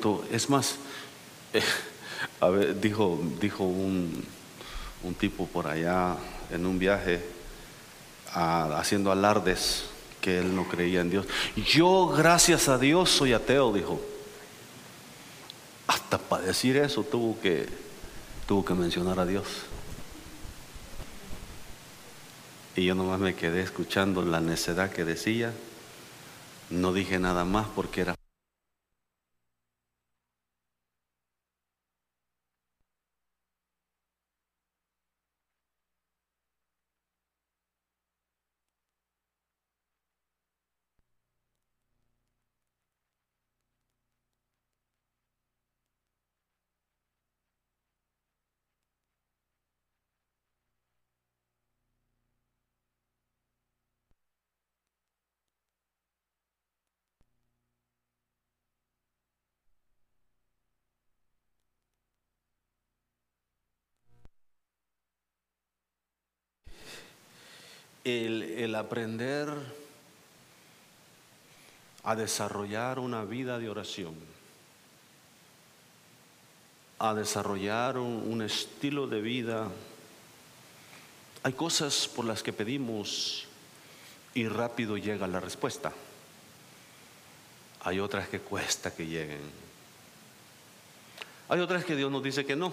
cierto. Es más, a ver, dijo un tipo por allá en un viaje, haciendo alardes que él no creía en Dios. Yo, gracias a Dios, soy ateo, dijo. Hasta para decir eso tuvo que mencionar a Dios. Y yo nomás me quedé escuchando la necedad que decía. No dije nada más porque era. El aprender a desarrollar una vida de oración, a desarrollar un estilo de vida. Hay cosas por las que pedimos y rápido llega la respuesta. Hay otras que cuesta que lleguen. Hay otras que Dios nos dice que no,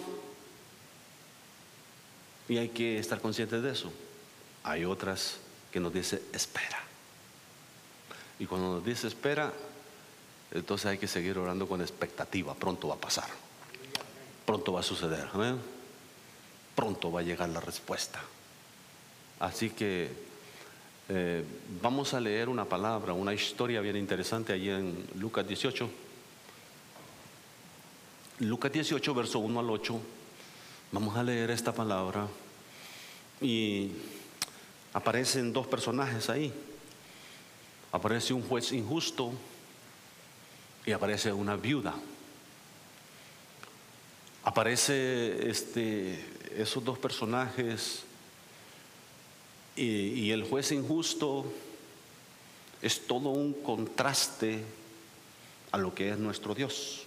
y hay que estar conscientes de eso. Hay otras que nos dice espera, y cuando nos dice espera, entonces hay que seguir orando con expectativa. Pronto va a pasar, pronto va a suceder, amén. Pronto va a llegar la respuesta. Así que vamos a leer una palabra, una historia bien interesante allí en Lucas 18. Lucas 18, verso 1 al 8. Vamos a leer esta palabra y aparecen dos personajes ahí. Aparece un juez injusto y aparece una viuda. Aparece esos dos personajes, y el juez injusto es todo un contraste a lo que es nuestro Dios.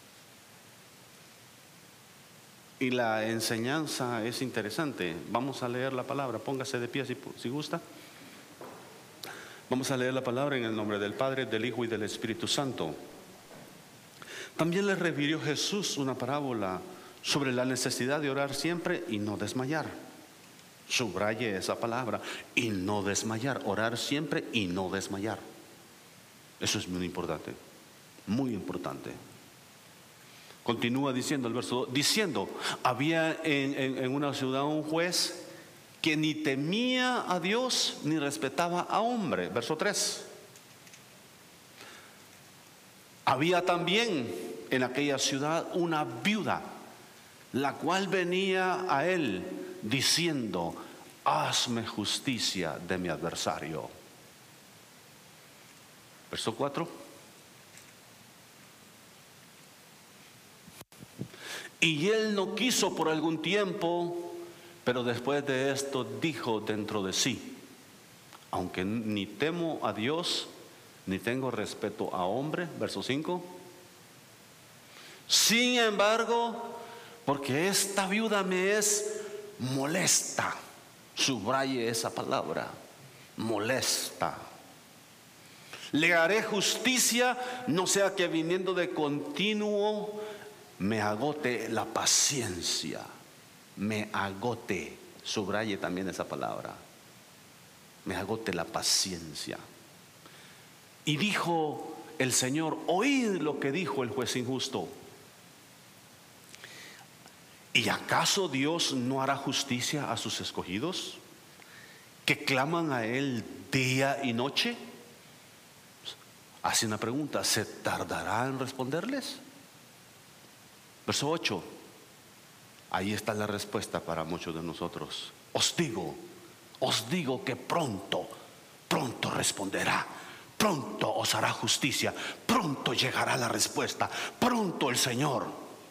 Y la enseñanza es interesante. Vamos a leer la palabra. Póngase de pie si gusta. Vamos a leer la palabra en el nombre del Padre, del Hijo y del Espíritu Santo. También les refirió Jesús una parábola sobre la necesidad de orar siempre y no desmayar. Subraye esa palabra, y no desmayar. Orar siempre y no desmayar. Eso es muy importante, muy importante. Continúa diciendo el verso 2, diciendo: había en una ciudad un juez que ni temía a Dios ni respetaba a hombre. Verso 3. Había también en aquella ciudad una viuda, la cual venía a él diciendo: hazme justicia de mi adversario. Verso 4. Y él no quiso por algún tiempo, pero después de esto dijo dentro de sí: aunque ni temo a Dios ni tengo respeto a hombre. Verso 5. Sin embargo, porque esta viuda me es molesta. Subraye esa palabra, molesta. Le haré justicia, no sea que viniendo de continuo me agote la paciencia. Me agote. Subraye también esa palabra. Me agote la paciencia. Y dijo el Señor: oíd lo que dijo el juez injusto. ¿Y acaso Dios no hará justicia a sus escogidos, que claman a Él día y noche? Hace una pregunta: ¿se tardará en responderles? Verso 8. Ahí está la respuesta para muchos de nosotros. Os digo que pronto responderá. Pronto os hará justicia. Pronto llegará la respuesta. Pronto el Señor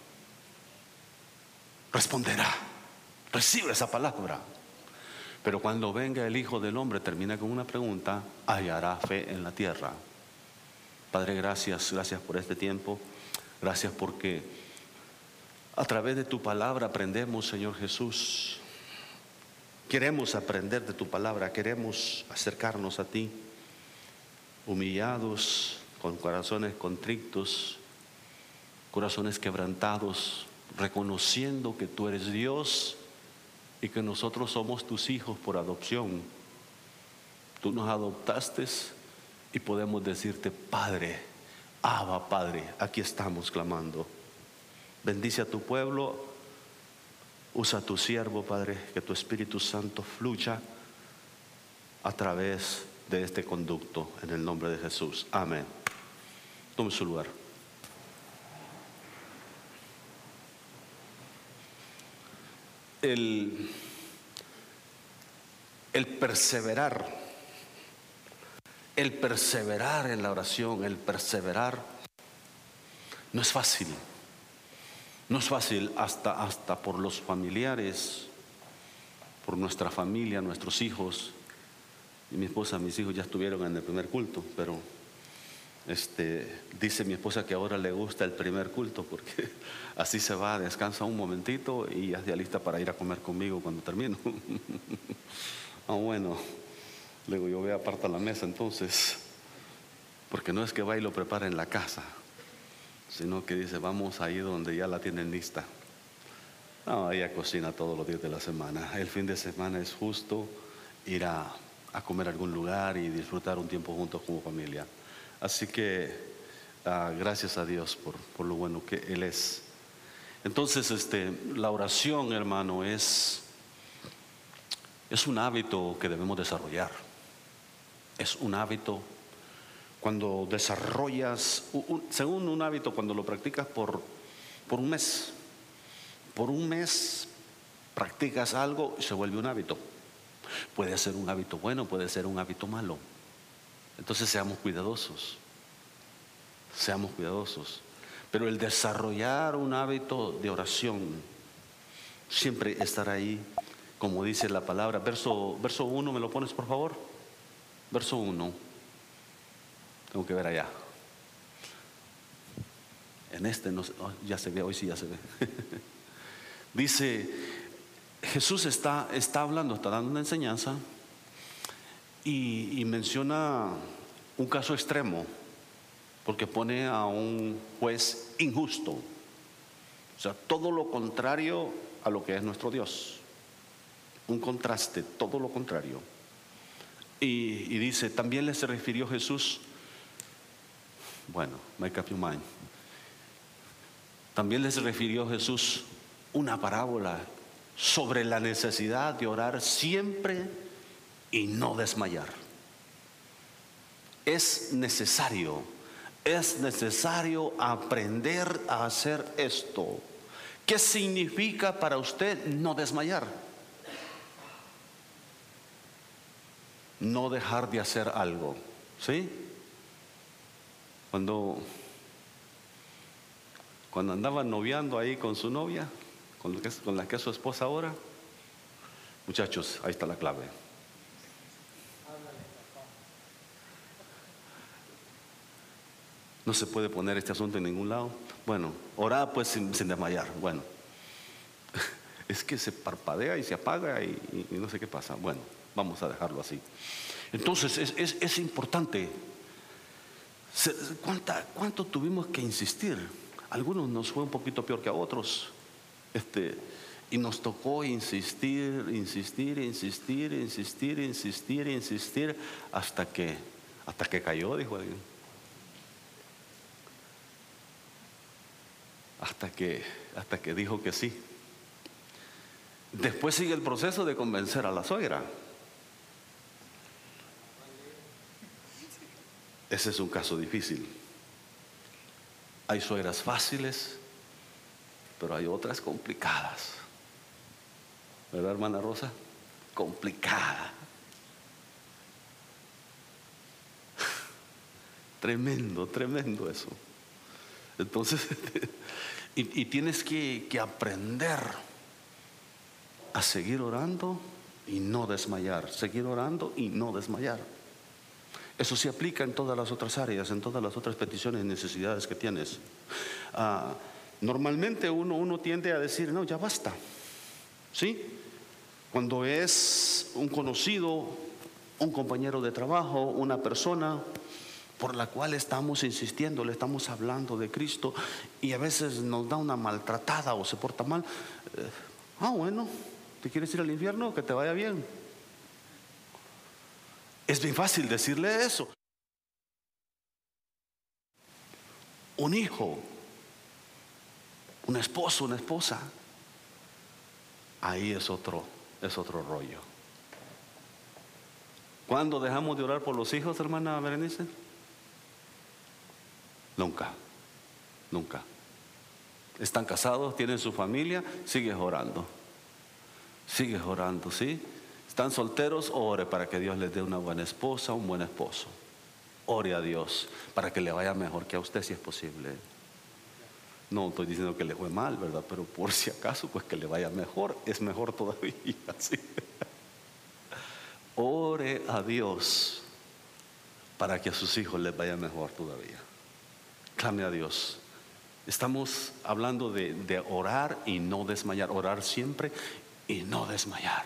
responderá. Recibe esa palabra. Pero cuando venga el Hijo del Hombre, termina con una pregunta: ¿hallará fe en la tierra? Padre, gracias por este tiempo. Gracias porque a través de tu palabra aprendemos, Señor Jesús. Queremos aprender de tu palabra, queremos acercarnos a ti, humillados, con corazones contritos, corazones quebrantados, reconociendo que tú eres Dios y que nosotros somos tus hijos por adopción. Tú nos adoptaste y podemos decirte, Padre, Abba, Padre, aquí estamos clamando. Bendice a tu pueblo. Usa a tu siervo, Padre, que tu Espíritu Santo fluya a través de este conducto, en el nombre de Jesús. Amén. Tome su lugar. El perseverar en la oración, el perseverar no es fácil. No es fácil hasta por los familiares, por nuestra familia, nuestros hijos. Y mi esposa, mis hijos ya estuvieron en el primer culto, pero dice mi esposa que ahora le gusta el primer culto porque así se va, descansa un momentito y ya está lista para ir a comer conmigo cuando termino. Bueno, luego yo voy a apartar la mesa entonces, porque no es que va y lo prepara en la casa, sino que dice, vamos ahí donde ya la tienen lista. No, ella cocina todos los días de la semana. El fin de semana es justo ir a comer a algún lugar y disfrutar un tiempo juntos como familia. Así que gracias a Dios por lo bueno que Él es. Entonces la oración, hermano, es un hábito que debemos desarrollar. Es un hábito. Cuando desarrollas, según un hábito, cuando lo practicas por un mes practicas algo y se vuelve un hábito. Puede ser un hábito bueno, puede ser un hábito malo. Entonces seamos cuidadosos. Pero el desarrollar un hábito de oración, siempre estar ahí, como dice la palabra. Verso 1, ¿me lo pones por favor? Verso 1. Tengo que ver allá. En no, ya se ve, hoy sí ya se ve. Dice, Jesús está hablando, está dando una enseñanza y menciona un caso extremo, porque pone a un juez injusto. O sea, todo lo contrario a lo que es nuestro Dios. Un contraste, todo lo contrario. Y dice, también les se refirió Jesús. Bueno, make up your mind. También les refirió Jesús una parábola sobre la necesidad de orar siempre y no desmayar. Es necesario aprender a hacer esto. ¿Qué significa para usted no desmayar? No dejar de hacer algo, ¿sí? Cuando andaba noviando ahí con su novia, con la que es su esposa ahora, muchachos, ahí está la clave. No se puede poner este asunto en ningún lado. Bueno, orar pues sin desmayar. Bueno, es que se parpadea y se apaga y no sé qué pasa. Bueno, vamos a dejarlo así. Entonces es importante. ¿Cuánto tuvimos que insistir? Algunos nos fue un poquito peor que a otros. Y nos tocó insistir hasta que cayó, dijo alguien. Hasta que dijo que sí. Después sigue el proceso de convencer a la suegra. Ese es un caso difícil. Hay suegras fáciles, pero hay otras complicadas. ¿Verdad, hermana Rosa? Complicada. Tremendo eso. Entonces, y tienes que aprender a seguir orando y no desmayar. Seguir orando y no desmayar. Eso se aplica en todas las otras áreas, en todas las otras peticiones y necesidades que tienes. Normalmente uno tiende a decir, no, ya basta, ¿sí? Cuando es un conocido, un compañero de trabajo, una persona por la cual estamos insistiendo, le estamos hablando de Cristo y a veces nos da una maltratada o se porta mal. Bueno, ¿te quieres ir al infierno? Que te vaya bien. Es bien fácil decirle eso. Un hijo, un esposo, una esposa, ahí es otro rollo. ¿Cuándo dejamos de orar por los hijos, hermana Berenice? Nunca. Están casados, tienen su familia, sigues orando, ¿sí? Están solteros, ore para que Dios les dé una buena esposa, un buen esposo. Ore a Dios para que le vaya mejor que a usted, si es posible. No estoy diciendo que le fue mal, ¿verdad? Pero por si acaso, pues que le vaya mejor, es mejor todavía, ¿sí? Ore a Dios para que a sus hijos les vaya mejor todavía. Clame a Dios. Estamos hablando de orar y no desmayar, orar siempre y no desmayar.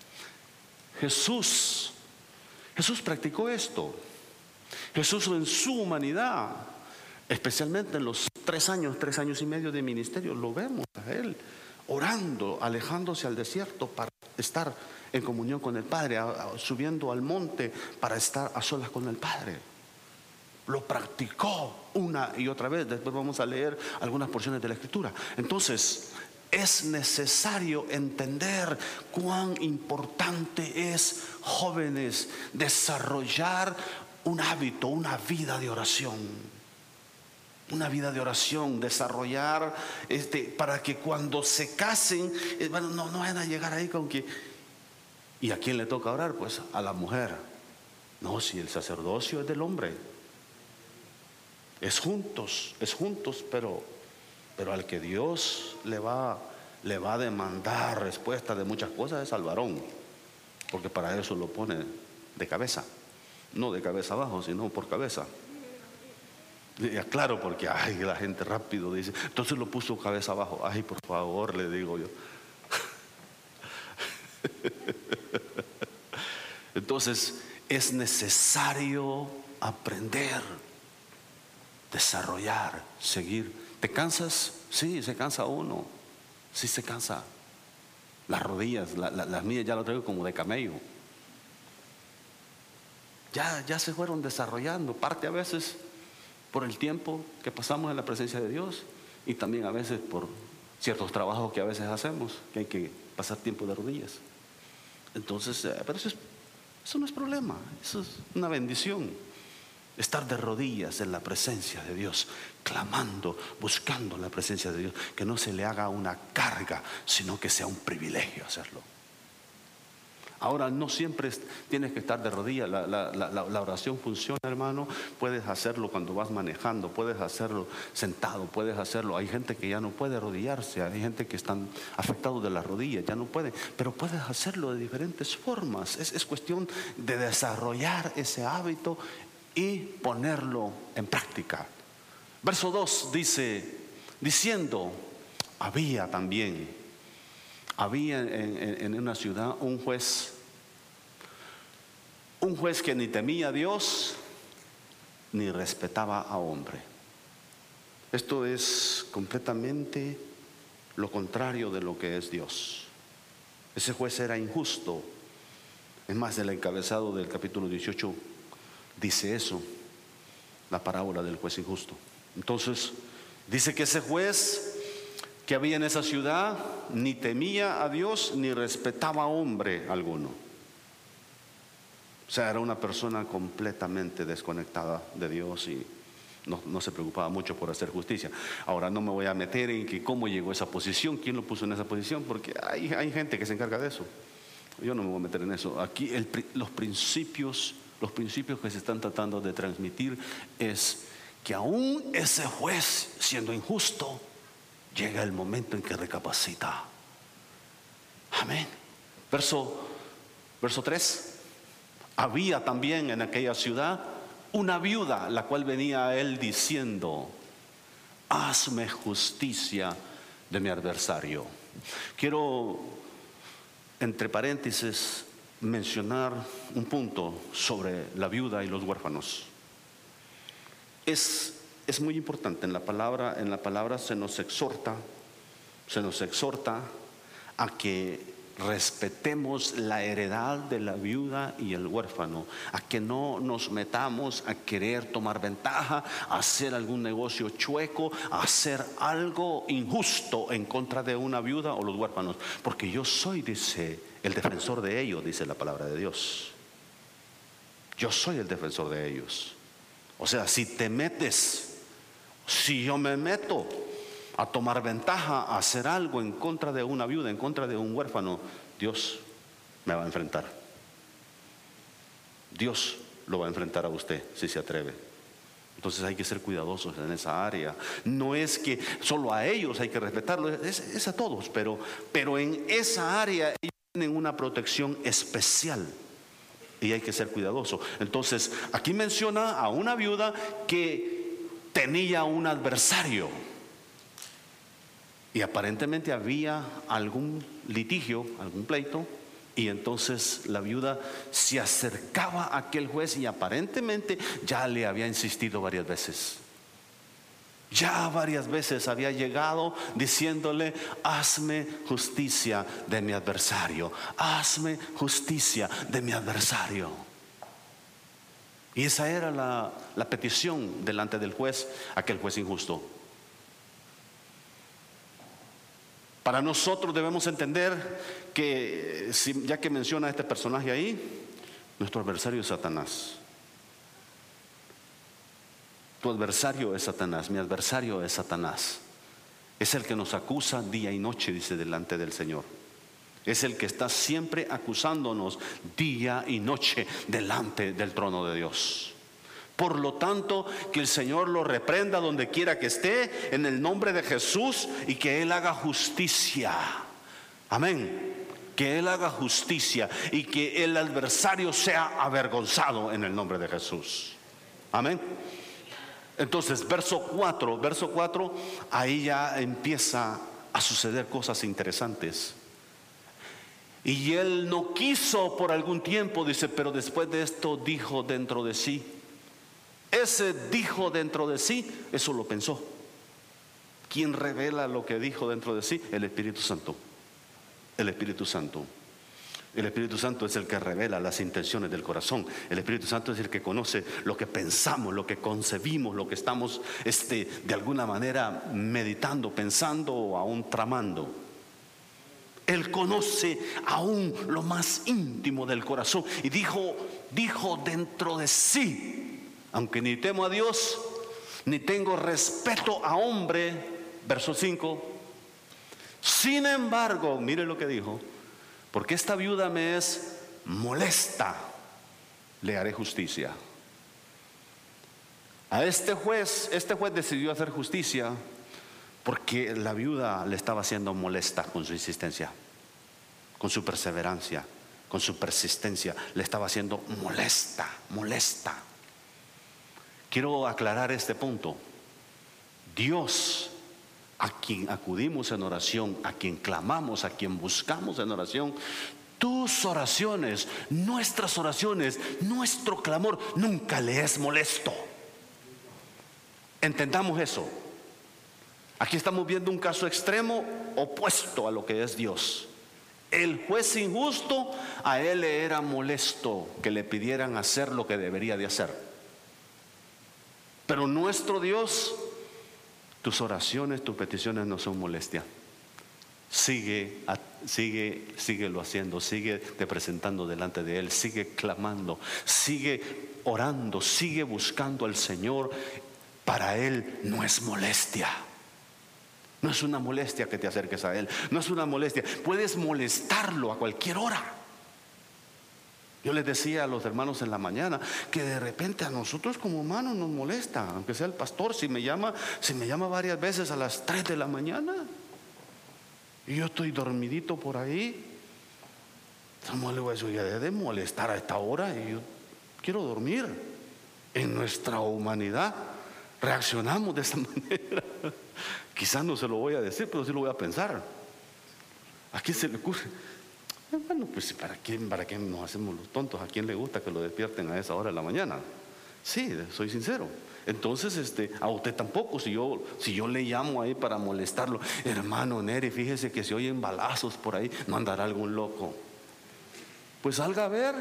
Jesús practicó esto. Jesús en su humanidad, especialmente en los 3 años y medio de ministerio, lo vemos a Él orando, alejándose al desierto para estar en comunión con el Padre, subiendo al monte para estar a solas con el Padre. Lo practicó una y otra vez. Después vamos a leer algunas porciones de la Escritura. Entonces, es necesario entender cuán importante es, jóvenes, desarrollar un hábito, una vida de oración. Una vida de oración, desarrollar para que cuando se casen, no van a llegar ahí con que, ¿y a quién le toca orar? Pues a la mujer. No, si el sacerdocio es del hombre. Es juntos, pero al que Dios le va a demandar respuesta de muchas cosas es al varón, porque para eso lo pone de cabeza, no de cabeza abajo, sino por cabeza. Y aclaro, porque la gente rápido dice, entonces lo puso cabeza abajo. Por favor, le digo yo. Entonces es necesario aprender, desarrollar, seguir. ¿Te cansas? Sí, se cansa uno. Sí, se cansa. Las rodillas, las mías ya las traigo como de camello. Ya se fueron desarrollando. Parte a veces por el tiempo que pasamos en la presencia de Dios y también a veces por ciertos trabajos que a veces hacemos, que hay que pasar tiempo de rodillas. Entonces, pero eso no es problema, eso es una bendición. Estar de rodillas en la presencia de Dios, clamando, buscando la presencia de Dios, que no se le haga una carga, sino que sea un privilegio hacerlo. Ahora, no siempre tienes que estar de rodillas. La oración funciona, hermano. Puedes hacerlo cuando vas manejando, puedes hacerlo sentado, puedes hacerlo. Hay gente que ya no puede arrodillarse, hay gente que están afectados de las rodillas, ya no puede, pero puedes hacerlo de diferentes formas. Es cuestión de desarrollar ese hábito y ponerlo en práctica. Verso 2 dice, diciendo, había en una ciudad un juez que ni temía a Dios ni respetaba a hombre. Esto es completamente lo contrario de lo que es Dios. Ese juez era injusto. Es más, el encabezado del capítulo 18 dice eso, la parábola del juez injusto. Entonces dice que ese juez que había en esa ciudad ni temía a Dios ni respetaba a hombre alguno. O sea, era una persona completamente desconectada de Dios y no se preocupaba mucho por hacer justicia. Ahora no me voy a meter en que cómo llegó a esa posición, quién lo puso en esa posición, porque hay gente que se encarga de eso. Yo no me voy a meter en eso. Aquí los principios que se están tratando de transmitir es que aún ese juez, siendo injusto, llega el momento en que recapacita. Amén. Verso 3. Había también en aquella ciudad una viuda, la cual venía a él diciendo, hazme justicia de mi adversario. Quiero, entre paréntesis, mencionar un punto sobre la viuda y los huérfanos. Es muy importante. En la palabra se nos exhorta a que respetemos la heredad de la viuda y el huérfano, a que no nos metamos a querer tomar ventaja, a hacer algún negocio chueco, a hacer algo injusto en contra de una viuda o los huérfanos, porque yo soy, dice, el defensor de ellos, dice la palabra de Dios. Yo soy el defensor de ellos. O sea, si yo me meto a tomar ventaja, a hacer algo en contra de una viuda, en contra de un huérfano, Dios me va a enfrentar. Dios lo va a enfrentar a usted si se atreve. Entonces hay que ser cuidadosos en esa área. No es que solo a ellos hay que respetarlo, es a todos, pero en esa área ellos tienen una protección especial y hay que ser cuidadoso. Entonces aquí menciona a una viuda que tenía un adversario. Y aparentemente había algún litigio, algún pleito, y entonces la viuda se acercaba a aquel juez y aparentemente ya le había insistido varias veces. Ya varias veces había llegado diciéndole: hazme justicia de mi adversario, hazme justicia de mi adversario. Y esa era la petición delante del juez, aquel juez injusto. Para nosotros debemos entender que, ya que menciona a este personaje ahí, nuestro adversario es Satanás. Tu adversario es Satanás, mi adversario es Satanás. Es el que nos acusa día y noche, dice, delante del Señor. Es el que está siempre acusándonos día y noche delante del trono de Dios. Por lo tanto, que el Señor lo reprenda donde quiera que esté, en el nombre de Jesús, y que Él haga justicia. Amén. Que Él haga justicia y que el adversario sea avergonzado en el nombre de Jesús. Amén. Entonces, verso 4, ahí ya empieza a suceder cosas interesantes. Y él no quiso por algún tiempo, dice, pero después de esto dijo dentro de sí. Ese dijo dentro de sí, eso lo pensó. ¿Quién revela lo que dijo dentro de sí? El Espíritu Santo. El Espíritu Santo. El Espíritu Santo es el que revela las intenciones del corazón. El Espíritu Santo es el que conoce lo que pensamos, lo que concebimos, lo que estamos de alguna manera meditando, pensando o aún tramando. Él conoce aún lo más íntimo del corazón. Y dijo dentro de sí: aunque ni temo a Dios, ni tengo respeto a hombre, verso 5, sin embargo, mire lo que dijo: porque esta viuda me es molesta, le haré justicia. A este juez decidió hacer justicia porque la viuda le estaba haciendo molesta con su insistencia, con su perseverancia, con su persistencia. Le estaba haciendo molesta. Quiero aclarar este punto. Dios, a quien acudimos en oración, a quien clamamos, a quien buscamos en oración, tus oraciones, nuestras oraciones, nuestro clamor nunca le es molesto. Entendamos eso. Aquí estamos viendo un caso extremo opuesto a lo que es Dios. El juez injusto, a él le era molesto que le pidieran hacer lo que debería de hacer. Pero nuestro Dios, tus oraciones, tus peticiones no son molestia. Síguelo haciendo, sigue te presentando delante de Él, sigue clamando, sigue orando, sigue buscando al Señor. Para Él no es molestia. No es una molestia que te acerques a Él, no es una molestia. Puedes molestarlo a cualquier hora. Yo les decía a los hermanos en la mañana que de repente a nosotros como humanos nos molesta, aunque sea el pastor, si me llama varias veces a las 3 de la mañana y yo estoy dormidito por ahí. ¿Cómo le voy a decir? Ya debe de molestar a esta hora y yo quiero dormir. En nuestra humanidad reaccionamos de esa manera. Quizás no se lo voy a decir, pero sí lo voy a pensar. ¿A quién se le ocurre? Bueno, pues ¿para qué nos hacemos los tontos? ¿A quién le gusta que lo despierten a esa hora de la mañana? Sí, soy sincero. Entonces, a usted tampoco. Si yo le llamo ahí para molestarlo, hermano Neri, fíjese que se oyen balazos por ahí, no andará algún loco. Pues salga a ver,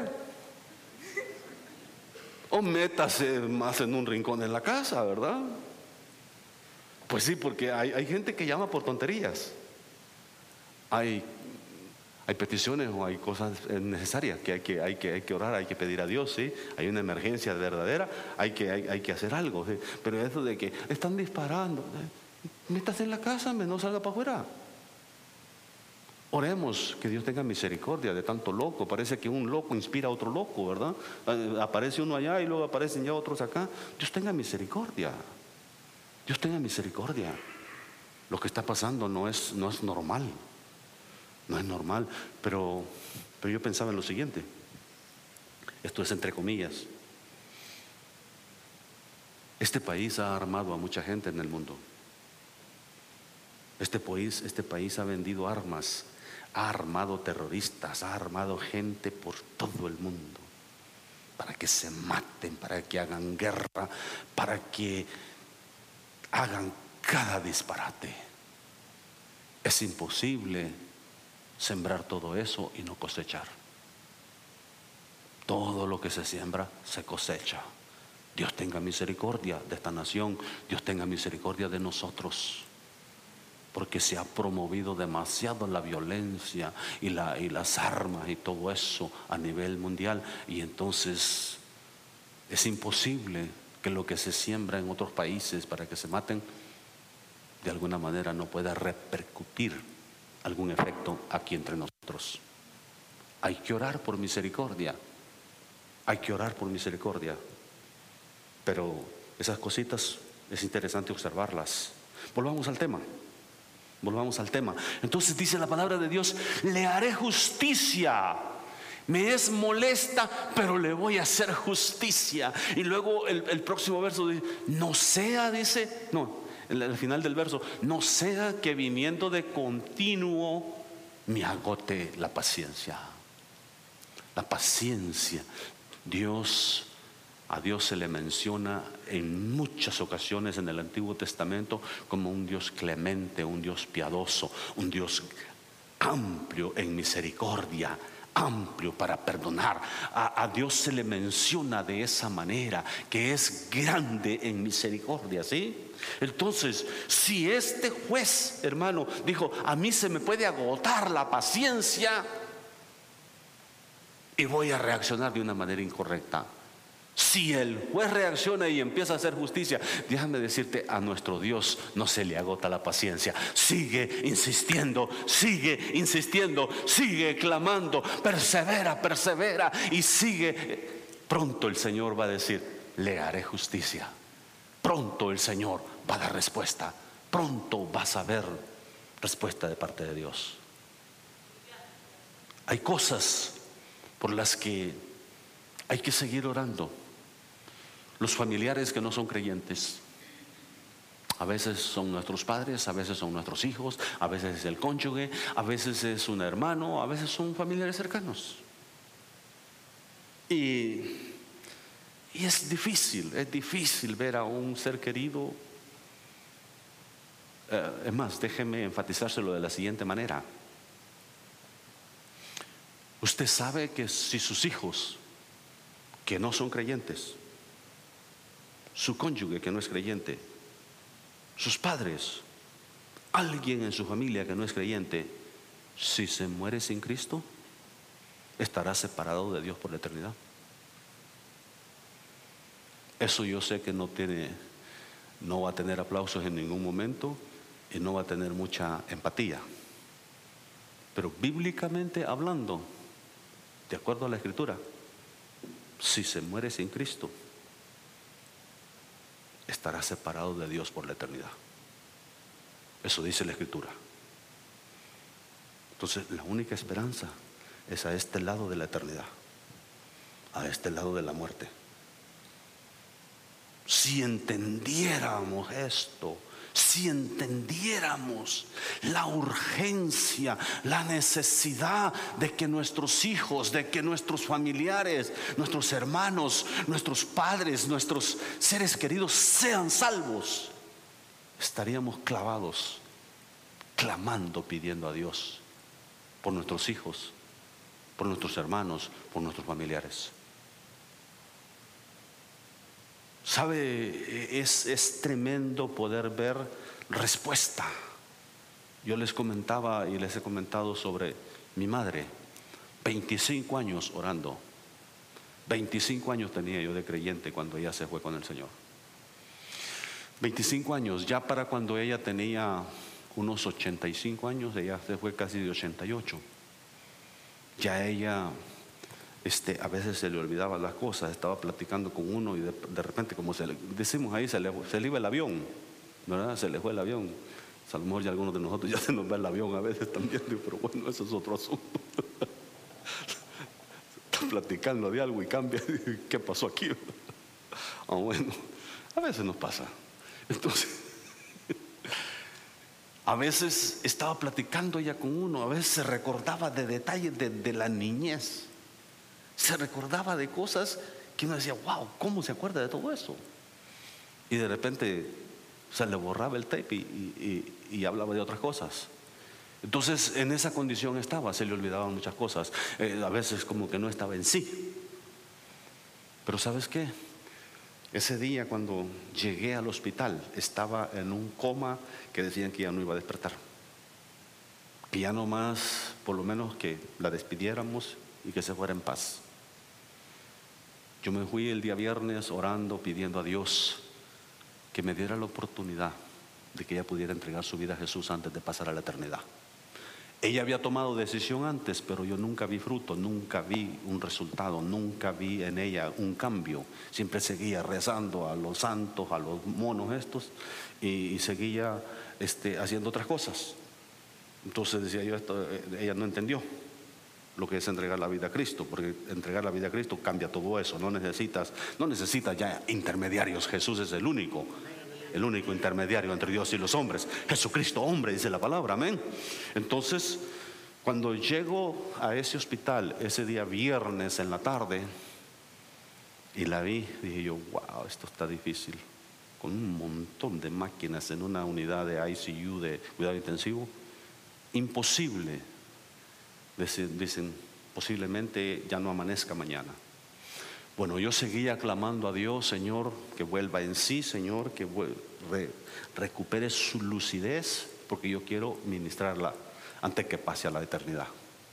o métase más en un rincón en la casa, ¿verdad? Pues sí, porque hay gente que llama por tonterías. Hay peticiones o hay cosas necesarias que hay que orar, hay que pedir a Dios, ¿sí? Hay una emergencia verdadera, hay que hacer algo, ¿sí? Pero eso de que están disparando, métase en la casa, no salga para afuera. Oremos que Dios tenga misericordia de tanto loco. Parece que un loco inspira a otro loco, ¿verdad? Aparece uno allá y luego aparecen ya otros acá. Dios tenga misericordia. Dios tenga misericordia. Lo que está pasando no es normal. No es normal, pero yo pensaba en lo siguiente. Esto es entre comillas. Este país ha armado a mucha gente en el mundo. Este país ha vendido armas, ha armado terroristas, ha armado gente por todo el mundo para que se maten, para que hagan guerra, para que hagan cada disparate. Es imposible sembrar todo eso y no cosechar. Todo lo que se siembra se cosecha. Dios tenga misericordia de esta nación. Dios tenga misericordia de nosotros, porque se ha promovido demasiado la violencia y las armas y todo eso a nivel mundial, y entonces es imposible que lo que se siembra en otros países para que se maten de alguna manera no pueda repercutir algún efecto aquí entre nosotros. Hay que orar por misericordia. Hay que orar por misericordia. Pero esas cositas es interesante observarlas. Volvamos al tema. Entonces dice la palabra de Dios: le haré justicia. Me es molesta, pero le voy a hacer justicia. Y luego el próximo verso dice: no sea, dice, no, el final del verso, no sea que viniendo de continuo me agote la paciencia. La paciencia. A Dios se le menciona en muchas ocasiones en el Antiguo Testamento como un Dios clemente, un Dios piadoso, un Dios amplio en misericordia, amplio para perdonar. A Dios se le menciona de esa manera, que es grande en misericordia, ¿sí? Entonces, si este juez, hermano, dijo: a mí se me puede agotar la paciencia y voy a reaccionar de una manera incorrecta. Si el juez reacciona y empieza a hacer justicia, déjame decirte, a nuestro Dios no se le agota la paciencia. Sigue insistiendo, sigue clamando, persevera y sigue. Pronto el Señor va a decir: le haré justicia. Pronto el Señor va a dar respuesta. Pronto vas a ver respuesta de parte de Dios. Hay cosas por las que hay que seguir orando. Los familiares que no son creyentes, a veces son nuestros padres, a veces son nuestros hijos, a veces es el cónyuge, a veces es un hermano, a veces son familiares cercanos. Y es difícil ver a un ser querido. Es más, déjeme enfatizárselo de la siguiente manera. Usted sabe que si sus hijos que no son creyentes, su cónyuge que no es creyente, sus padres, alguien en su familia que no es creyente, si se muere sin Cristo, estará separado de Dios por la eternidad. Eso yo sé que no va a tener aplausos en ningún momento y no va a tener mucha empatía, pero bíblicamente hablando, de acuerdo a la Escritura, si se muere sin Cristo, estará separado de Dios por la eternidad. Eso dice la Escritura. Entonces, la única esperanza es a este lado de la eternidad, a este lado de la muerte. Si entendiéramos esto, si entendiéramos la urgencia, la necesidad de que nuestros hijos, de que nuestros familiares, nuestros hermanos, nuestros padres, nuestros seres queridos sean salvos, estaríamos clavados, clamando, pidiendo a Dios por nuestros hijos, por nuestros hermanos, por nuestros familiares. ¿Sabe? Es tremendo poder ver respuesta. Yo les comentaba y les he comentado sobre mi madre. 25 años orando. 25 años tenía yo de creyente cuando ella se fue con el Señor. 25 años, ya para cuando ella tenía unos 85 años, ella se fue casi de 88. Ya ella... a veces se le olvidaban las cosas, estaba platicando con uno y de repente, como decimos ahí, se le iba el avión, ¿verdad? Se le fue el avión. A lo mejor ya algunos de nosotros ya se nos va el avión a veces también, pero bueno, eso es otro asunto. Está platicando de algo y cambia, ¿qué pasó aquí? Bueno, a veces nos pasa. Entonces, a veces estaba platicando ella con uno, a veces se recordaba de detalles de la niñez. Se recordaba de cosas que uno decía, wow, ¿cómo se acuerda de todo eso? Y de repente se le borraba el tape y hablaba de otras cosas. Entonces en esa condición estaba, se le olvidaban muchas cosas. A veces como que no estaba en sí. Pero ¿sabes qué? Ese día cuando llegué al hospital estaba en un coma que decían que ya no iba a despertar. Que ya no más, por lo menos que la despidiéramos y que se fuera en paz. Yo me fui el día viernes orando, pidiendo a Dios que me diera la oportunidad de que ella pudiera entregar su vida a Jesús antes de pasar a la eternidad. Ella había tomado decisión antes, pero yo nunca vi fruto, nunca vi un resultado, nunca vi en ella un cambio. Siempre seguía rezando a los santos, a los monos estos, y seguía haciendo otras cosas. Entonces decía yo, ella no entendió lo que es entregar la vida a Cristo, porque entregar la vida a Cristo cambia todo eso. No necesitas ya intermediarios. Jesús es el único intermediario entre Dios y los hombres. Jesucristo hombre, dice la palabra, amén. Entonces, cuando llego a ese hospital ese día viernes en la tarde y la vi, dije yo, wow, esto está difícil, con un montón de máquinas en una unidad de ICU, de cuidado intensivo. Imposible. Dicen, posiblemente ya no amanezca mañana. Bueno, yo seguía clamando a Dios, Señor, que vuelva en sí, Señor, que recupere su lucidez, porque yo quiero ministrarla antes que pase a la eternidad.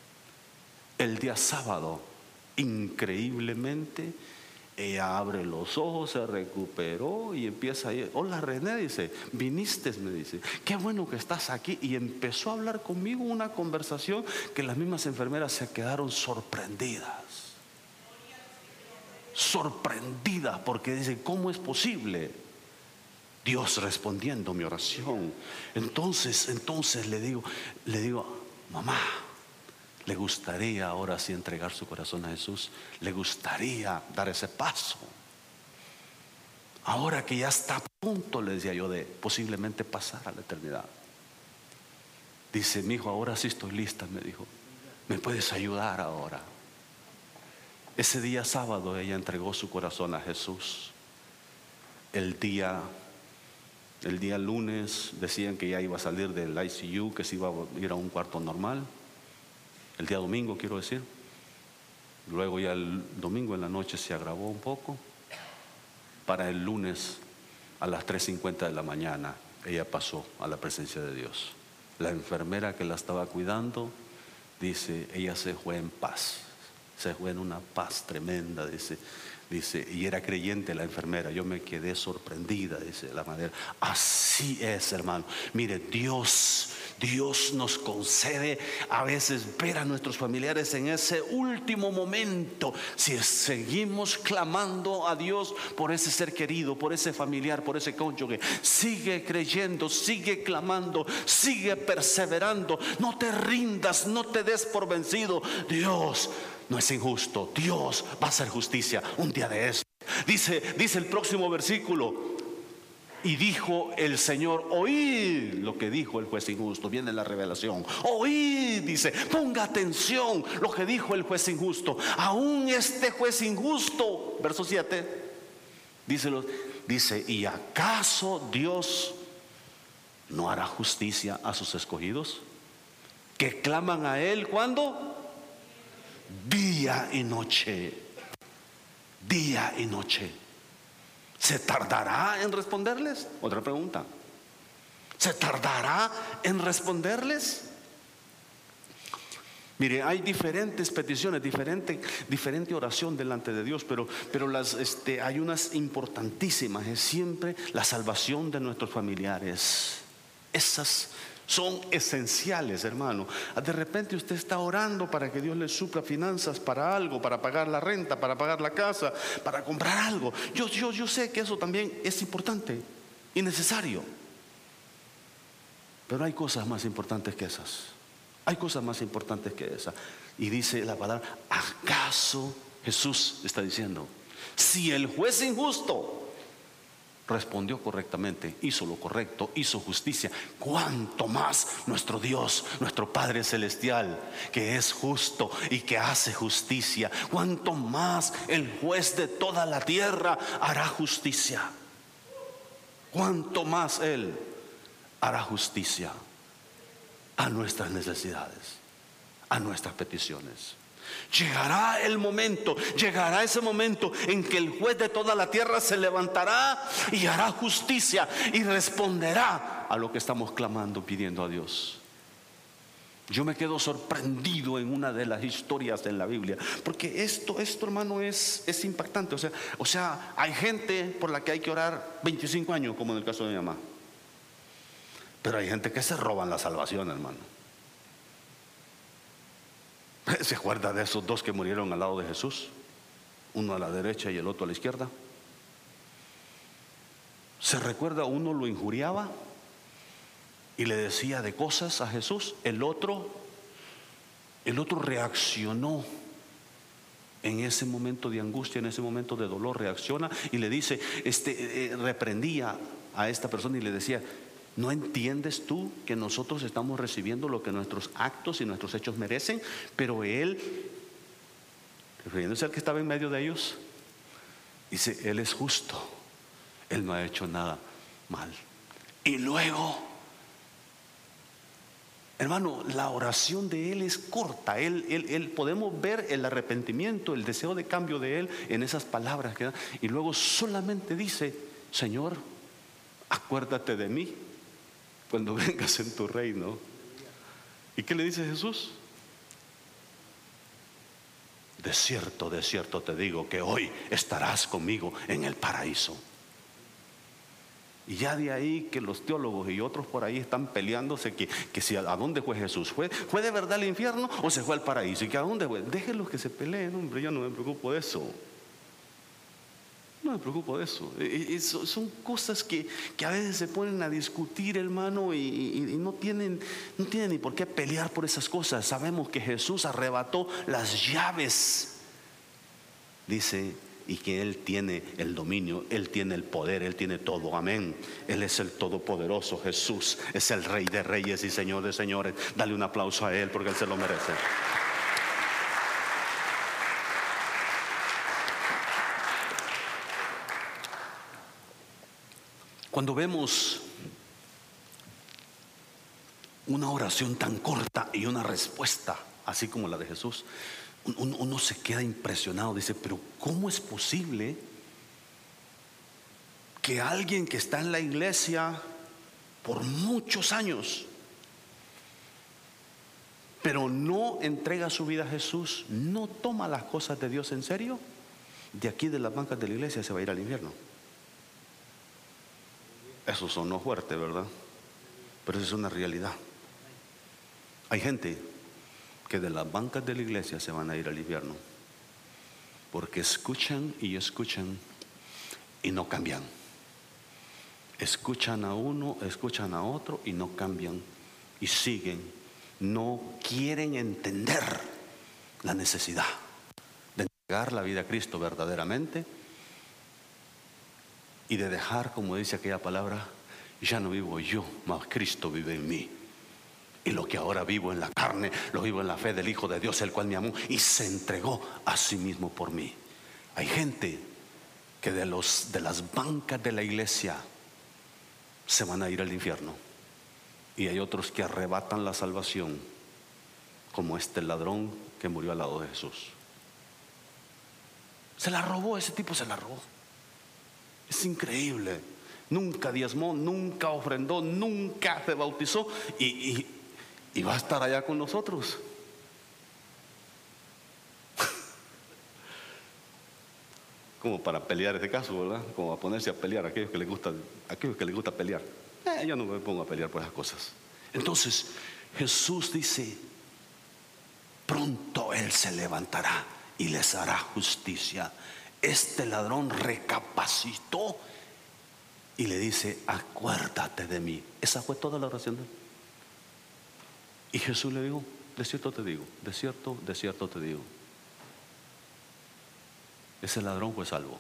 El día sábado, increíblemente, ella abre los ojos, se recuperó y empieza a ir. Hola René, dice, viniste, me dice, qué bueno que estás aquí. Y empezó a hablar conmigo una conversación que las mismas enfermeras se quedaron sorprendidas, porque dicen, ¿cómo es posible? Dios respondiendo mi oración. Entonces le digo, mamá, ¿le gustaría ahora sí entregar su corazón a Jesús? ¿Le gustaría dar ese paso? Ahora que ya está a punto, le decía yo, de posiblemente pasar a la eternidad. Dice, mi hijo, ahora sí estoy lista, me dijo. ¿Me puedes ayudar ahora? Ese día sábado ella entregó su corazón a Jesús. El día lunes decían que ya iba a salir del ICU, que se iba a ir a un cuarto normal. El día domingo, quiero decir. Luego ya el domingo en la noche se agravó un poco. Para el lunes a las 3:50 de la mañana ella pasó a la presencia de Dios. La enfermera que la estaba cuidando dice, ella se fue en paz, se fue en una paz tremenda, dice, y era creyente la enfermera. Yo me quedé sorprendida, dice la madre. Así es, hermano. Mire, Dios nos concede a veces ver a nuestros familiares en ese último momento. Si seguimos clamando a Dios por ese ser querido, por ese familiar, por ese cónyuge, sigue creyendo, sigue clamando, sigue perseverando. No te rindas, no te des por vencido. Dios no es injusto, Dios va a hacer justicia un día de eso. Dice el próximo versículo: y dijo el Señor, oíd lo que dijo el juez injusto. Viene la revelación. Oíd, dice, ponga atención lo que dijo el juez injusto. Aún este juez injusto, verso 7, dice, ¿y acaso Dios no hará justicia a sus escogidos, que claman a Él? ¿Cuándo? Día y noche. Día y noche. ¿Se tardará en responderles? Otra pregunta. ¿Se tardará en responderles? Mire, hay diferentes peticiones, diferente oración delante de Dios, pero hay unas importantísimas. Es siempre la salvación de nuestros familiares. Esas son esenciales, hermano. De repente usted está orando para que Dios le supla finanzas para algo, para pagar la renta, para pagar la casa, para comprar algo. Yo sé que eso también es importante y necesario, pero hay cosas más importantes que esas. Hay cosas más importantes que esa. Y dice la palabra, ¿acaso? Jesús está diciendo, si el juez injusto respondió correctamente, hizo lo correcto, hizo justicia, cuánto más nuestro Dios, nuestro Padre Celestial, que es justo y que hace justicia, cuánto más el juez de toda la tierra hará justicia. Cuánto más Él hará justicia a nuestras necesidades, a nuestras peticiones. Llegará ese momento en que el juez de toda la tierra se levantará y hará justicia y responderá a lo que estamos clamando, pidiendo a Dios. Yo me quedo sorprendido en una de las historias en la Biblia, porque esto hermano es impactante. O sea, hay gente por la que hay que orar 25 años, como en el caso de mi mamá. Pero hay gente que se roban la salvación, hermano. ¿Se acuerda de esos dos que murieron al lado de Jesús? Uno a la derecha y el otro a la izquierda. ¿Se recuerda? Uno lo injuriaba y le decía de cosas a Jesús. El otro reaccionó en ese momento de angustia, en ese momento de dolor, reacciona y le dice, reprendía a esta persona y le decía, ¿no entiendes tú que nosotros estamos recibiendo lo que nuestros actos y nuestros hechos merecen? Pero él, refiriéndose al que estaba en medio de ellos, dice, Él es justo, Él no ha hecho nada mal. Y luego, hermano, la oración de Él es corta. Él podemos ver el arrepentimiento, el deseo de cambio de Él en esas palabras que da. Y luego solamente dice, Señor, acuérdate de mí cuando vengas en tu reino. ¿Y qué le dice Jesús? De cierto te digo que hoy estarás conmigo en el paraíso. Y ya de ahí que los teólogos y otros por ahí están peleándose que si a dónde fue Jesús, ¿fue de verdad al infierno o se fue al paraíso? Y que a dónde fue. Déjenlos que se peleen, hombre, yo no me preocupo de eso. No me preocupo de eso. Son cosas que a veces se ponen a discutir, hermano, y no tienen ni por qué pelear por esas cosas. Sabemos que Jesús arrebató las llaves, dice, y que Él tiene el dominio, Él tiene el poder, Él tiene todo. Amén. Él es el todopoderoso. Jesús es el Rey de reyes y Señor de señores. Dale un aplauso a Él porque Él se lo merece. Cuando vemos una oración tan corta y una respuesta así como la de Jesús, uno se queda impresionado. Dice, pero ¿cómo es posible que alguien que está en la iglesia por muchos años, pero no entrega su vida a Jesús, no toma las cosas de Dios en serio, de aquí de las bancas de la iglesia se va a ir al infierno? Eso sonó fuerte, ¿verdad? Pero eso es una realidad. Hay gente que de las bancas de la iglesia se van a ir al infierno porque escuchan y escuchan y no cambian. Escuchan a uno, escuchan a otro y no cambian y siguen. No quieren entender la necesidad de entregar la vida a Cristo verdaderamente y de dejar, como dice aquella palabra, ya no vivo yo, mas Cristo vive en mí. Y lo que ahora vivo en la carne, lo vivo en la fe del Hijo de Dios, el cual me amó y se entregó a sí mismo por mí. Hay gente que de las bancas de la iglesia se van a ir al infierno, y hay otros que arrebatan la salvación, como este ladrón que murió al lado de Jesús. Se la robó, ese tipo se la robó. Es increíble. Nunca diezmó, nunca ofrendó, nunca se bautizó, y va a estar allá con nosotros. Como para pelear ese caso, ¿verdad? Como a ponerse a pelear a aquellos que les gusta pelear. Yo no me pongo a pelear por esas cosas. Entonces Jesús dice: pronto Él se levantará y les hará justicia. Este ladrón recapacitó y le dice: acuérdate de mí. Esa fue toda la oración de él. Y Jesús le dijo: de cierto te digo, de cierto te digo, ese ladrón fue salvo.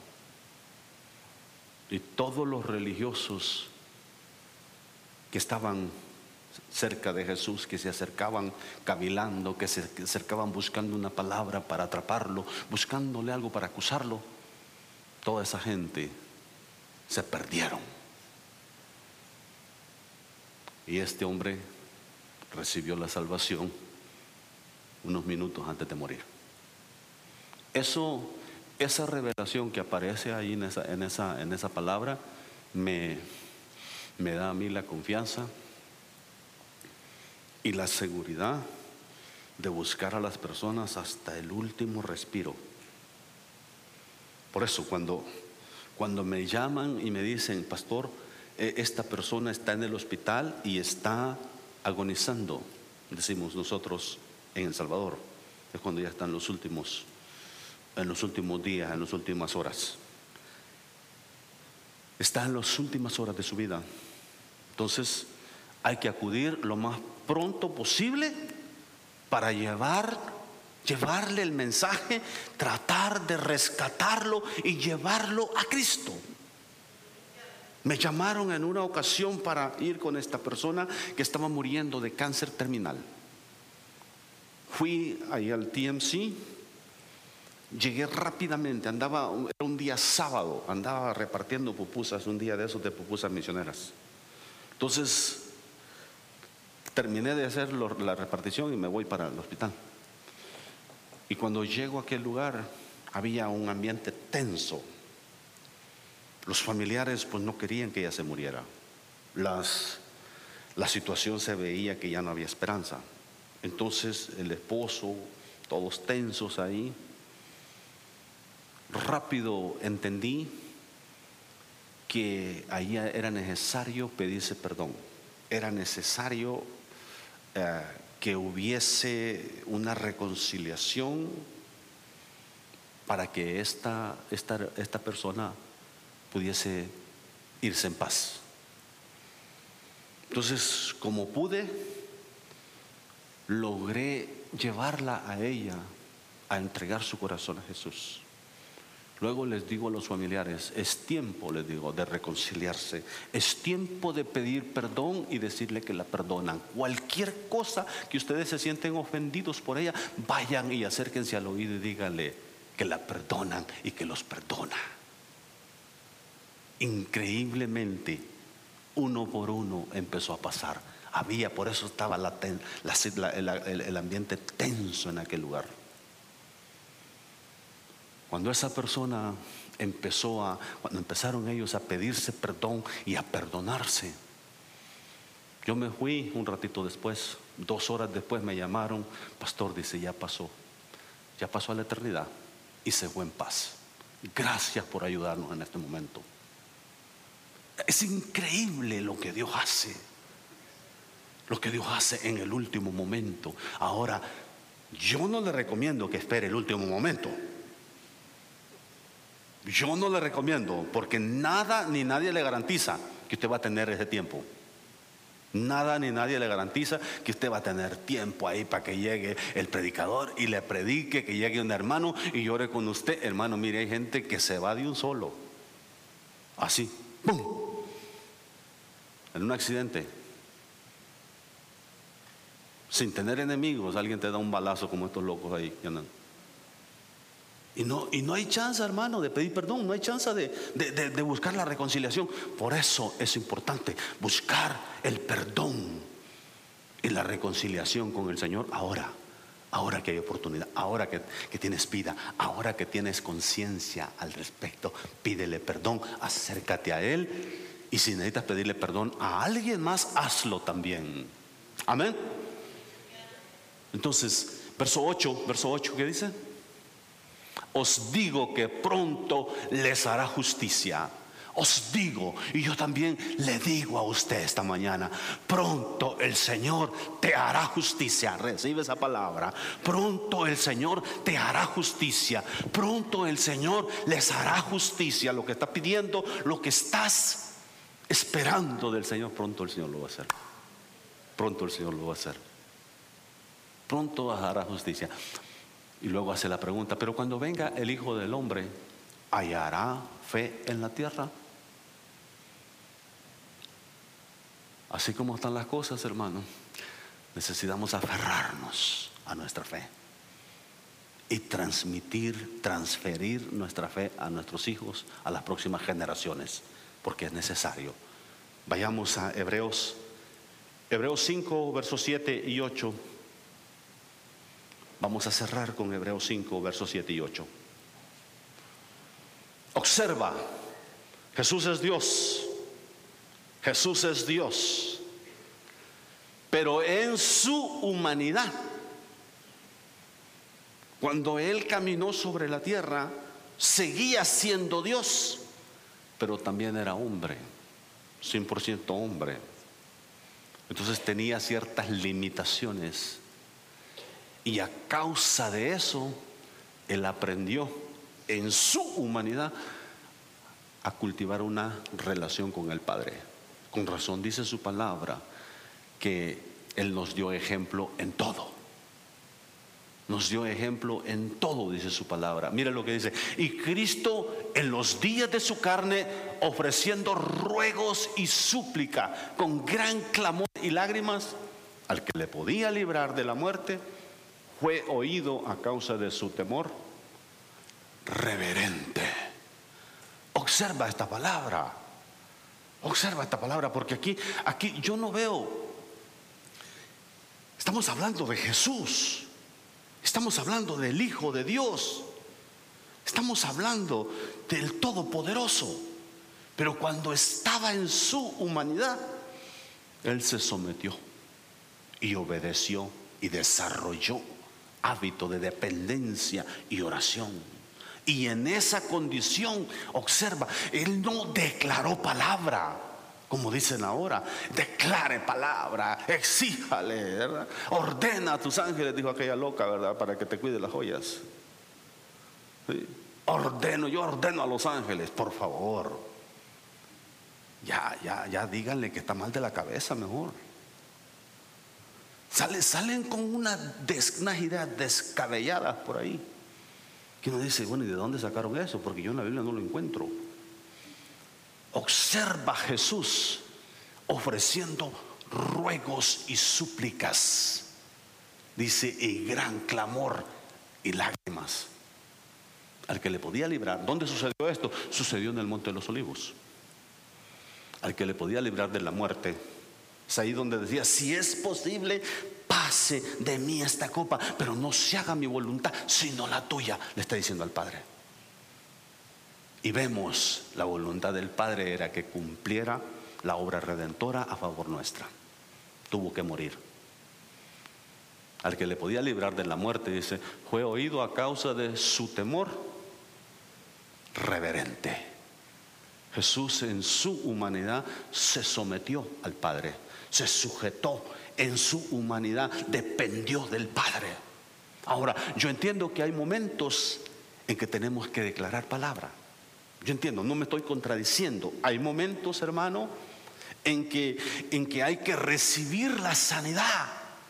Y todos los religiosos que estaban cerca de Jesús, que se acercaban cavilando, que se acercaban buscando una palabra para atraparlo, buscándole algo para acusarlo, toda esa gente se perdieron. Y este hombre recibió la salvación unos minutos antes de morir. Esa revelación que aparece ahí en esa palabra me da a mí la confianza y la seguridad de buscar a las personas hasta el último respiro. Por eso cuando me llaman y me dicen: pastor, esta persona está en el hospital y está agonizando, decimos nosotros en El Salvador, es cuando ya están en los últimos días, en las últimas horas, está en las últimas horas de su vida. Entonces hay que acudir lo más pronto posible para llevarle el mensaje, tratar de rescatarlo y llevarlo a Cristo. Me llamaron en una ocasión para ir con esta persona que estaba muriendo de cáncer terminal. Fui ahí al TMC, llegué rápidamente, era un día sábado, andaba repartiendo pupusas, un día de esos de pupusas misioneras. Entonces terminé de hacer la repartición y me voy para el hospital. Y cuando llego a aquel lugar había un ambiente tenso. Los familiares pues no querían que ella se muriera. La situación se veía que ya no había esperanza. Entonces el esposo, todos tensos ahí. Rápido entendí que ahí era necesario pedirse perdón. Era necesario que hubiese una reconciliación para que esta persona pudiese irse en paz. Entonces, como pude, logré llevarla a ella a entregar su corazón a Jesús. Luego les digo a los familiares: es tiempo, les digo, de reconciliarse. Es tiempo de pedir perdón y decirle que la perdonan. Cualquier cosa que ustedes se sienten ofendidos por ella, vayan y acérquense al oído y díganle que la perdonan y que los perdona. Increíblemente, uno por uno empezó a pasar. Por eso estaba el ambiente tenso en aquel lugar. Cuando esa persona cuando empezaron ellos a pedirse perdón y a perdonarse, yo me fui un ratito después, 2 horas después me llamaron: pastor, dice, ya pasó a la eternidad y se fue en paz. Gracias por ayudarnos en este momento. Es increíble lo que Dios hace en el último momento. Ahora, yo no le recomiendo que espere el último momento. Yo no le recomiendo, porque nada ni nadie le garantiza que usted va a tener ese tiempo. Nada ni nadie le garantiza que usted va a tener tiempo ahí para que llegue el predicador y le predique, que llegue un hermano y llore con usted. Hermano, mire, hay gente que se va de un solo. así, ¡pum! En un accidente, sin tener enemigos, alguien te da un balazo como estos locos ahí que andan. Y no hay chance, hermano, de pedir perdón. No hay chance de buscar la reconciliación. Por eso es importante buscar el perdón y la reconciliación con el Señor ahora que hay oportunidad, ahora que tienes vida, ahora que tienes conciencia al respecto. Pídele perdón, acércate a Él. Y si necesitas pedirle perdón a alguien más, hazlo también. Amén. Entonces, verso 8, ¿qué dice? Os digo que pronto les hará justicia. Os digo, y yo también le digo a usted esta mañana, pronto el Señor te hará justicia. Recibe esa palabra. Pronto el Señor te hará justicia. Pronto el Señor les hará justicia. Lo que estás pidiendo, lo que estás esperando del Señor, pronto el Señor lo va a hacer. Pronto el Señor lo va a hacer. Pronto hará justicia. Y luego hace la pregunta, pero cuando venga el Hijo del Hombre, ¿hallará fe en la tierra? Así como están las cosas, hermano, necesitamos aferrarnos a nuestra fe y transferir nuestra fe a nuestros hijos, a las próximas generaciones, porque es necesario. Vayamos a Hebreos 5, versos 7 y 8. Vamos a cerrar con Hebreos 5, versos 7 y 8. Observa, Jesús es Dios. Jesús es Dios. Pero en su humanidad, cuando Él caminó sobre la tierra, seguía siendo Dios, pero también era hombre, 100% hombre. Entonces tenía ciertas limitaciones. Y a causa de eso, Él aprendió en su humanidad a cultivar una relación con el Padre. Con razón dice su palabra que Él nos dio ejemplo en todo. Nos dio ejemplo en todo, dice su palabra. Mira lo que dice. Y Cristo en los días de su carne, ofreciendo ruegos y súplica con gran clamor y lágrimas al que le podía librar de la muerte, fue oído a causa de su temor reverente. Observa esta palabra. Observa esta palabra, porque aquí yo no veo. Estamos hablando de Jesús. Estamos hablando del Hijo de Dios. Estamos hablando del Todopoderoso. Pero cuando estaba en su humanidad, Él se sometió y obedeció y desarrolló hábito de dependencia y oración. Y en esa condición, observa, Él no declaró palabra, como dicen ahora. Declare palabra, exíjale, ¿verdad? Ordena a tus ángeles, dijo aquella loca, ¿verdad? Para que te cuide las joyas. ¿Sí? Yo ordeno a los ángeles, por favor. Ya díganle que está mal de la cabeza mejor. Salen con unas ideas descabelladas por ahí, que uno dice, bueno, ¿y de dónde sacaron eso? Porque yo en la Biblia no lo encuentro. Observa a Jesús ofreciendo ruegos y súplicas, dice, y gran clamor y lágrimas al que le podía librar. ¿Dónde sucedió esto? Sucedió en el Monte de los Olivos. Al que le podía librar de la muerte. Es ahí donde decía, si es posible, pase de mí esta copa, pero no se haga mi voluntad sino la tuya, le está diciendo al Padre. Y vemos la voluntad del Padre era que cumpliera la obra redentora a favor nuestra. Tuvo que morir. Al que le podía librar de la muerte, dice, fue oído a causa de su temor reverente. Jesús en su humanidad se sometió al Padre, se sujetó en su humanidad, dependió del Padre. Ahora, yo entiendo que hay momentos en que tenemos que declarar palabra. Yo entiendo, no me estoy contradiciendo. Hay momentos, hermano, en que hay que recibir la sanidad.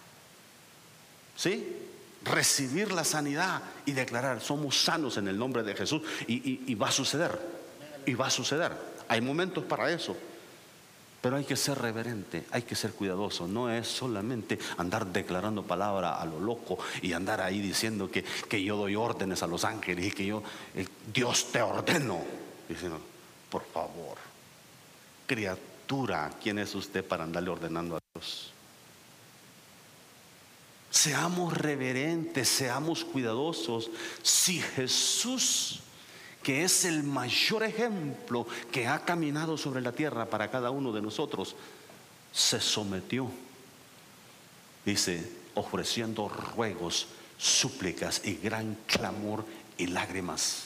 ¿Sí? Recibir la sanidad y declarar, somos sanos en el nombre de Jesús. Y va a suceder. Y va a suceder. Hay momentos para eso. Pero hay que ser reverente, hay que ser cuidadoso. No es solamente andar declarando palabra a lo loco y andar ahí diciendo que yo doy órdenes a los ángeles y que Dios te ordeno. Diciendo, por favor, criatura, ¿quién es usted para andarle ordenando a Dios? Seamos reverentes, seamos cuidadosos. Si Jesús, que es el mayor ejemplo que ha caminado sobre la tierra para cada uno de nosotros, se sometió, dice, ofreciendo ruegos, súplicas y gran clamor y lágrimas.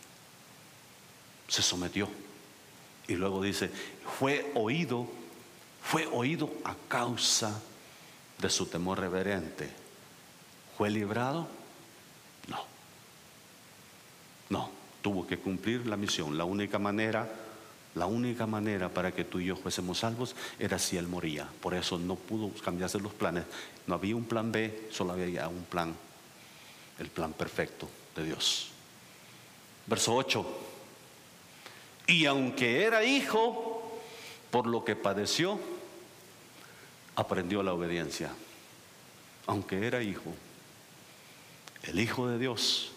Se sometió. Y luego dice, fue oído a causa de su temor reverente. ¿Fue librado? No, tuvo que cumplir la misión. La única manera para que tú y yo fuésemos salvos era si Él moría. Por eso no pudo cambiarse los planes. No había un plan B, solo había un plan, el plan perfecto de Dios. Verso 8. Y aunque era hijo, por lo que padeció, aprendió la obediencia. Aunque era hijo, el Hijo de Dios,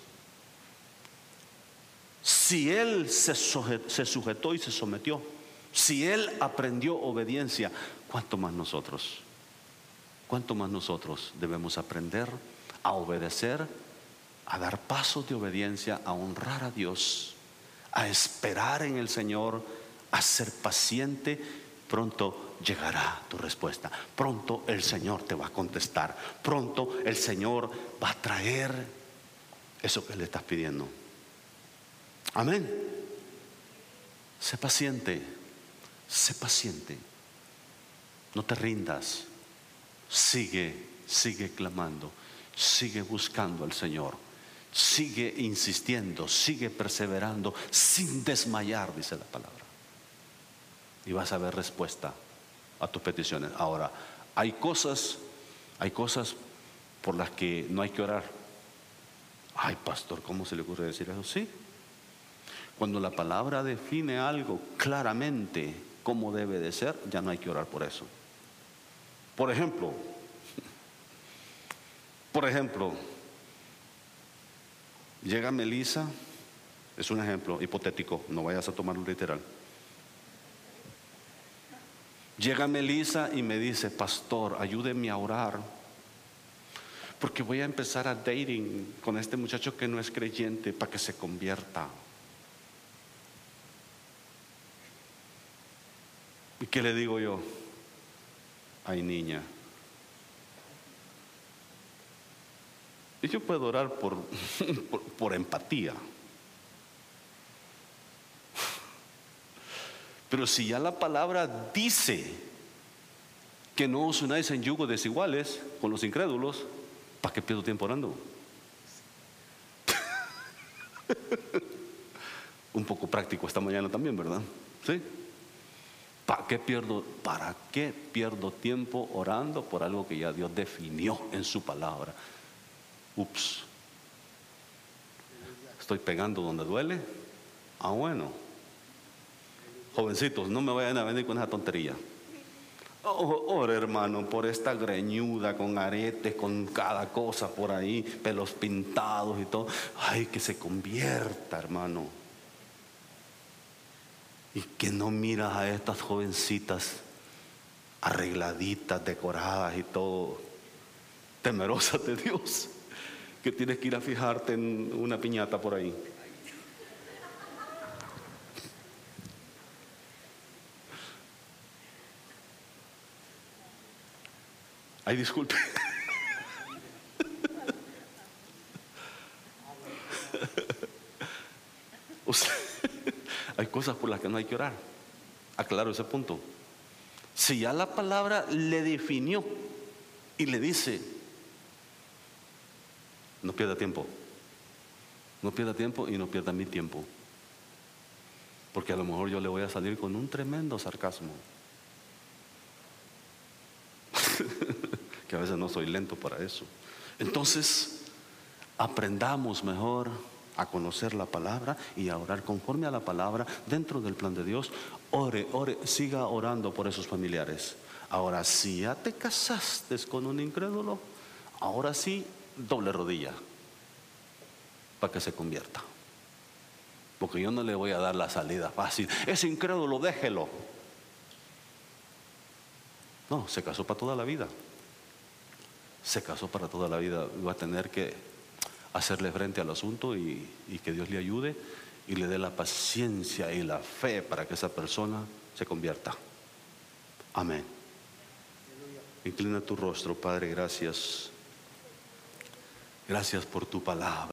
si Él se sujetó y se sometió, si Él aprendió obediencia, ¿cuánto más nosotros? ¿Cuánto más nosotros debemos aprender a obedecer, a dar pasos de obediencia, a honrar a Dios, a esperar en el Señor, a ser paciente? Pronto llegará tu respuesta. Pronto el Señor te va a contestar. Pronto el Señor va a traer eso que le estás pidiendo. Amén. Sé paciente. Sé paciente. No te rindas. Sigue clamando. Sigue buscando al Señor. Sigue insistiendo. Sigue perseverando sin desmayar, dice la palabra. Y vas a ver respuesta a tus peticiones. Ahora, hay cosas por las que no hay que orar. Ay, pastor, ¿cómo se le ocurre decir eso? Sí. Cuando la palabra define algo claramente cómo debe de ser, ya no hay que orar por eso. Por ejemplo, llega Melissa, es un ejemplo hipotético, no vayas a tomarlo literal. Llega Melissa y me dice, pastor, ayúdeme a orar, porque voy a empezar a dating con este muchacho que no es creyente para que se convierta. ¿Y qué le digo yo? Ay, niña. Y yo puedo orar por empatía. Pero si ya la palabra dice que no os unáis en yugo desiguales con los incrédulos, ¿para qué pierdo tiempo orando? Un poco práctico esta mañana también, ¿verdad? ¿Sí? ¿Para qué pierdo tiempo orando por algo que ya Dios definió en su palabra? Ups. ¿Estoy pegando donde duele? Ah, bueno. Jovencitos, no me vayan a venir con esa tontería. Ora, hermano, por esta greñuda con aretes, con cada cosa por ahí, pelos pintados y todo. Ay, que se convierta, hermano. Y que no miras a estas jovencitas arregladitas, decoradas y todo, temerosas de Dios, que tienes que ir a fijarte en una piñata por ahí. Ay, disculpe. O sea, hay cosas por las que no hay que orar. Aclaro ese punto. Si ya la palabra le definió y le dice, no pierda tiempo. No pierda tiempo y no pierda mi tiempo. Porque a lo mejor yo le voy a salir con un tremendo sarcasmo. Que a veces no soy lento para eso. Entonces, aprendamos mejor a conocer la palabra y a orar conforme a la palabra dentro del plan de Dios. ore, siga orando por esos familiares. Ahora, si ya te casaste con un incrédulo, ahora sí, doble rodilla para que se convierta. Porque yo no le voy a dar la salida fácil. Es incrédulo, déjelo. No, se casó para toda la vida. Se casó para toda la vida. Va a tener que hacerle frente al asunto y que Dios le ayude y le dé la paciencia y la fe para que esa persona se convierta. Amén. Inclina tu rostro, Padre, gracias. Gracias por tu palabra.